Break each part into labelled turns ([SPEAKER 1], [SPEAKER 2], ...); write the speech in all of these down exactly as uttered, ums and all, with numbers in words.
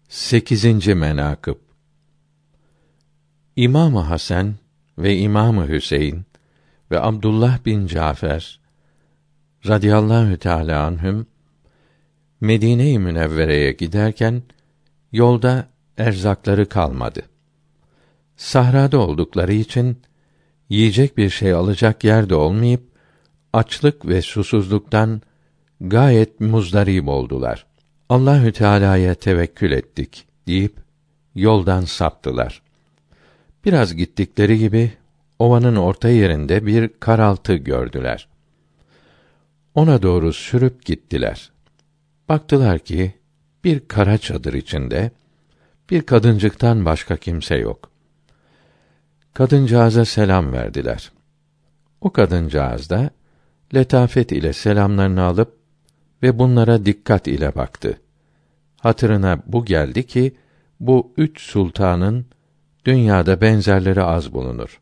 [SPEAKER 1] Sekizinci menakıb. İmam-ı Hasan ve İmam-ı Hüseyin ve Abdullah bin Cafer radıyallahu teâlâ anhüm Medine-i Münevvere'ye giderken yolda erzakları kalmadı. Sahrada oldukları için yiyecek bir şey alacak yer de olmayıp açlık ve susuzluktan gayet muzdarip oldular. Allahü Teala'ya tevekkül ettik deyip yoldan saptılar. Biraz gittikleri gibi ovanın orta yerinde bir karaltı gördüler. Ona doğru sürüp gittiler. Baktılar ki bir kara çadır içinde bir kadıncıktan başka kimse yok. Kadıncağıza selam verdiler. O kadıncağız da letafet ile selamlarını alıp ve bunlara dikkat ile baktı. Hatırına bu geldi ki bu üç sultanın dünyada benzerleri az bulunur.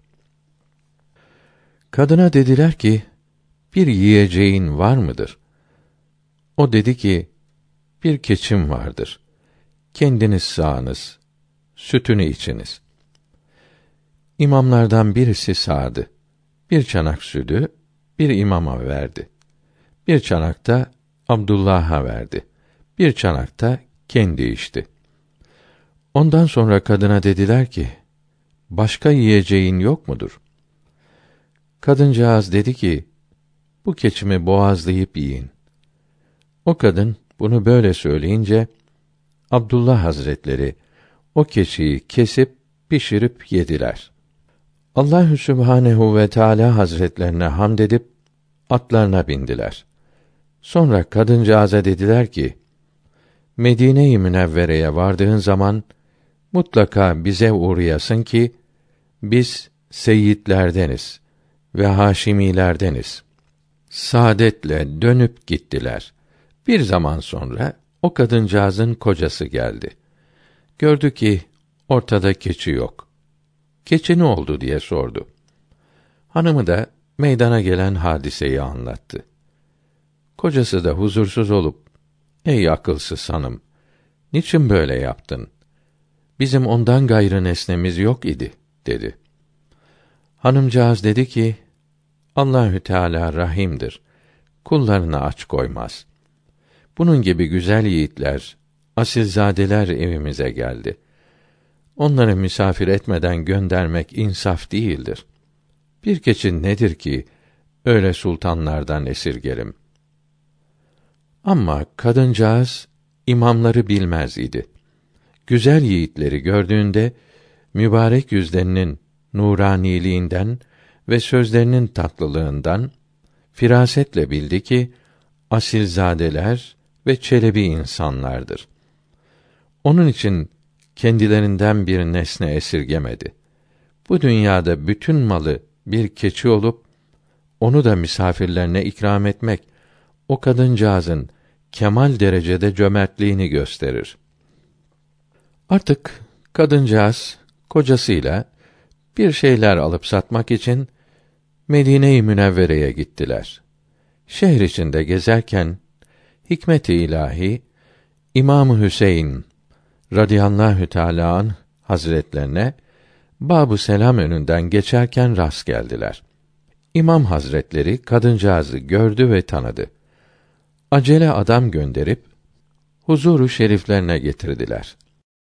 [SPEAKER 1] Kadına dediler ki, bir yiyeceğin var mıdır? O dedi ki, bir keçim vardır. Kendiniz sağınız, sütünü içiniz. İmamlardan birisi sağdı. Bir çanak sütü bir imama verdi. Bir çanak da Abdullah'a verdi. Bir çanak da kendi içti. Ondan sonra kadına dediler ki, başka yiyeceğin yok mudur? Kadıncağız dedi ki, bu keçimi boğazlayıp yiyin. O kadın bunu böyle söyleyince, Abdullah Hazretleri o keçiyi kesip pişirip yediler. Allahü Sübhanehu ve Teâlâ Hazretlerine hamd edip atlarına bindiler. Sonra kadıncağıza dediler ki, Medine-i Münevvere'ye vardığın zaman mutlaka bize uğrayasın ki biz seyyidlerdeniz ve haşimilerdeniz. Saadetle dönüp gittiler. Bir zaman sonra o kadıncağızın kocası geldi. Gördü ki ortada keçi yok. Keçi ne oldu diye sordu. Hanımı da meydana gelen hadiseyi anlattı. Kocası da huzursuz olup, ey akılsız hanım, niçin böyle yaptın? Bizim ondan gayrı nesnemiz yok idi, dedi. Hanımcağız dedi ki, Allahü Teala rahimdir, kullarını aç koymaz. Bunun gibi güzel yiğitler, asilzadeler evimize geldi. Onları misafir etmeden göndermek insaf değildir. Bir keçi nedir ki, öyle sultanlardan esirgerim? Ama kadıncağız, imamları bilmez idi. Güzel yiğitleri gördüğünde, mübarek yüzlerinin nuraniliğinden ve sözlerinin tatlılığından, firasetle bildi ki, asilzadeler ve çelebi insanlardır. Onun için, kendilerinden bir nesne esirgemedi. Bu dünyada bütün malı bir keçi olup, onu da misafirlerine ikram etmek, o kadıncağızın kemal derecede cömertliğini gösterir. Artık kadıncağız kocasıyla bir şeyler alıp satmak için Medine-i Münevvere'ye gittiler. Şehir içinde gezerken hikmet-i ilahi İmam-ı Hüseyin radıyallahu teâlâ anh hazretlerine Bab-ı Selam önünden geçerken rast geldiler. İmam Hazretleri kadıncağızı gördü ve tanıdı. Acele adam gönderip huzuru şeriflerine getirdiler.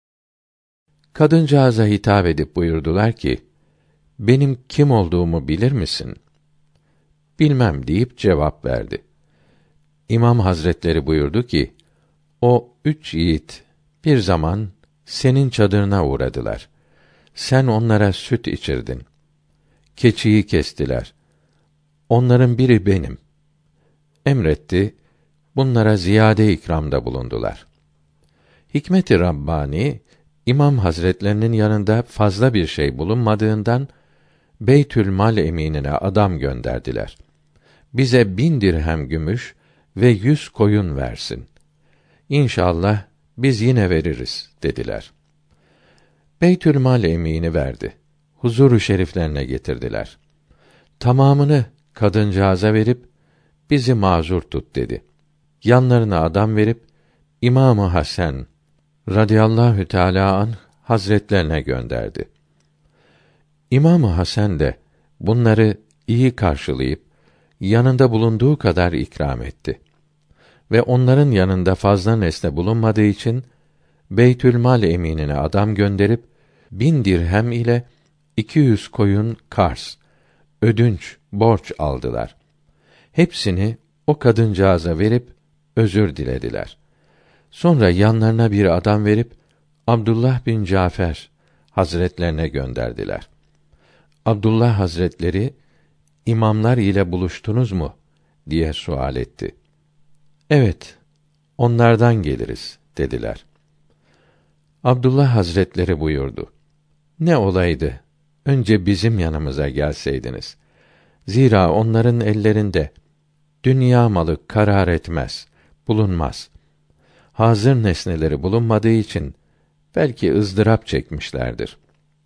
[SPEAKER 1] Kadıncağıza hitap edip buyurdular ki, benim kim olduğumu bilir misin? Bilmem deyip cevap verdi. İmam Hazretleri buyurdu ki, o üç yiğit bir zaman senin çadırına uğradılar. Sen onlara süt içirdin. Keçiyi kestiler. Onların biri benim. Emretti, bunlara ziyade ikramda bulundular. Hikmet-i Rabbani, İmam Hazretlerinin yanında fazla bir şey bulunmadığından, Beytülmal eminine adam gönderdiler. Bize bin dirhem gümüş ve yüz koyun versin. İnşallah biz yine veririz, dediler. Beytülmal emini verdi. Huzuru şeriflerine getirdiler. Tamamını kadıncağıza verip, bizi mazur tut dedi. Yanlarına adam verip, İmam-ı Hasan radıyallahu teâlâ anh hazretlerine gönderdi. İmam-ı Hasan de bunları iyi karşılayıp yanında bulunduğu kadar ikram etti. Ve onların yanında fazla nesne bulunmadığı için Beytülmal eminine adam gönderip bin dirhem ile iki yüz koyun kars, ödünç, borç aldılar. Hepsini o kadıncağıza verip özür dilediler. Sonra yanlarına bir adam verip Abdullah bin Cafer hazretlerine gönderdiler. Abdullah Hazretleri, imamlar ile buluştunuz mu diye sual etti. Evet, onlardan geliriz dediler. Abdullah Hazretleri buyurdu: Ne olaydı, önce bizim yanımıza gelseydiniz. Zira onların ellerinde dünya malı karar etmez, bulunmaz. Hazır nesneleri bulunmadığı için belki ızdırap çekmişlerdir.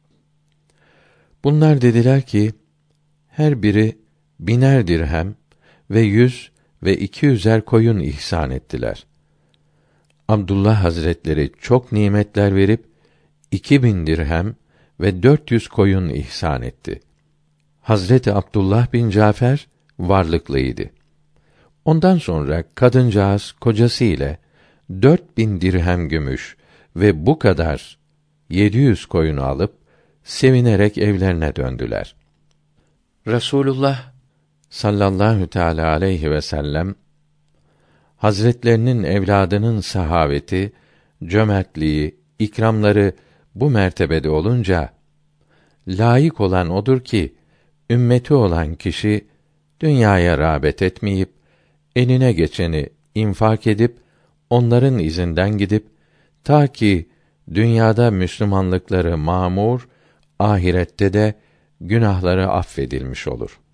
[SPEAKER 1] Bunlar dediler ki, her biri biner dirhem ve yüz ve iki yüzer koyun ihsan ettiler. Abdullah Hazretleri çok nimetler verip iki bin dirhem ve dört yüz koyun ihsan etti. Hazreti Abdullah bin Cafer varlıklıydı. Ondan sonra kadıncağız kocası ile dört bin dirhem gümüş ve bu kadar yedi yüz koyunu alıp sevinerek evlerine döndüler. Resulullah sallallahu teâlâ aleyhi ve sellem Hazretlerinin evladının sahaveti, cömertliği, ikramları bu mertebede olunca layık olan odur ki ümmeti olan kişi dünyaya rağbet etmeyip eline geçeni infak edip onların izinden gidip ta ki dünyada Müslümanlıkları mamur, ahirette de günahları affedilmiş olur.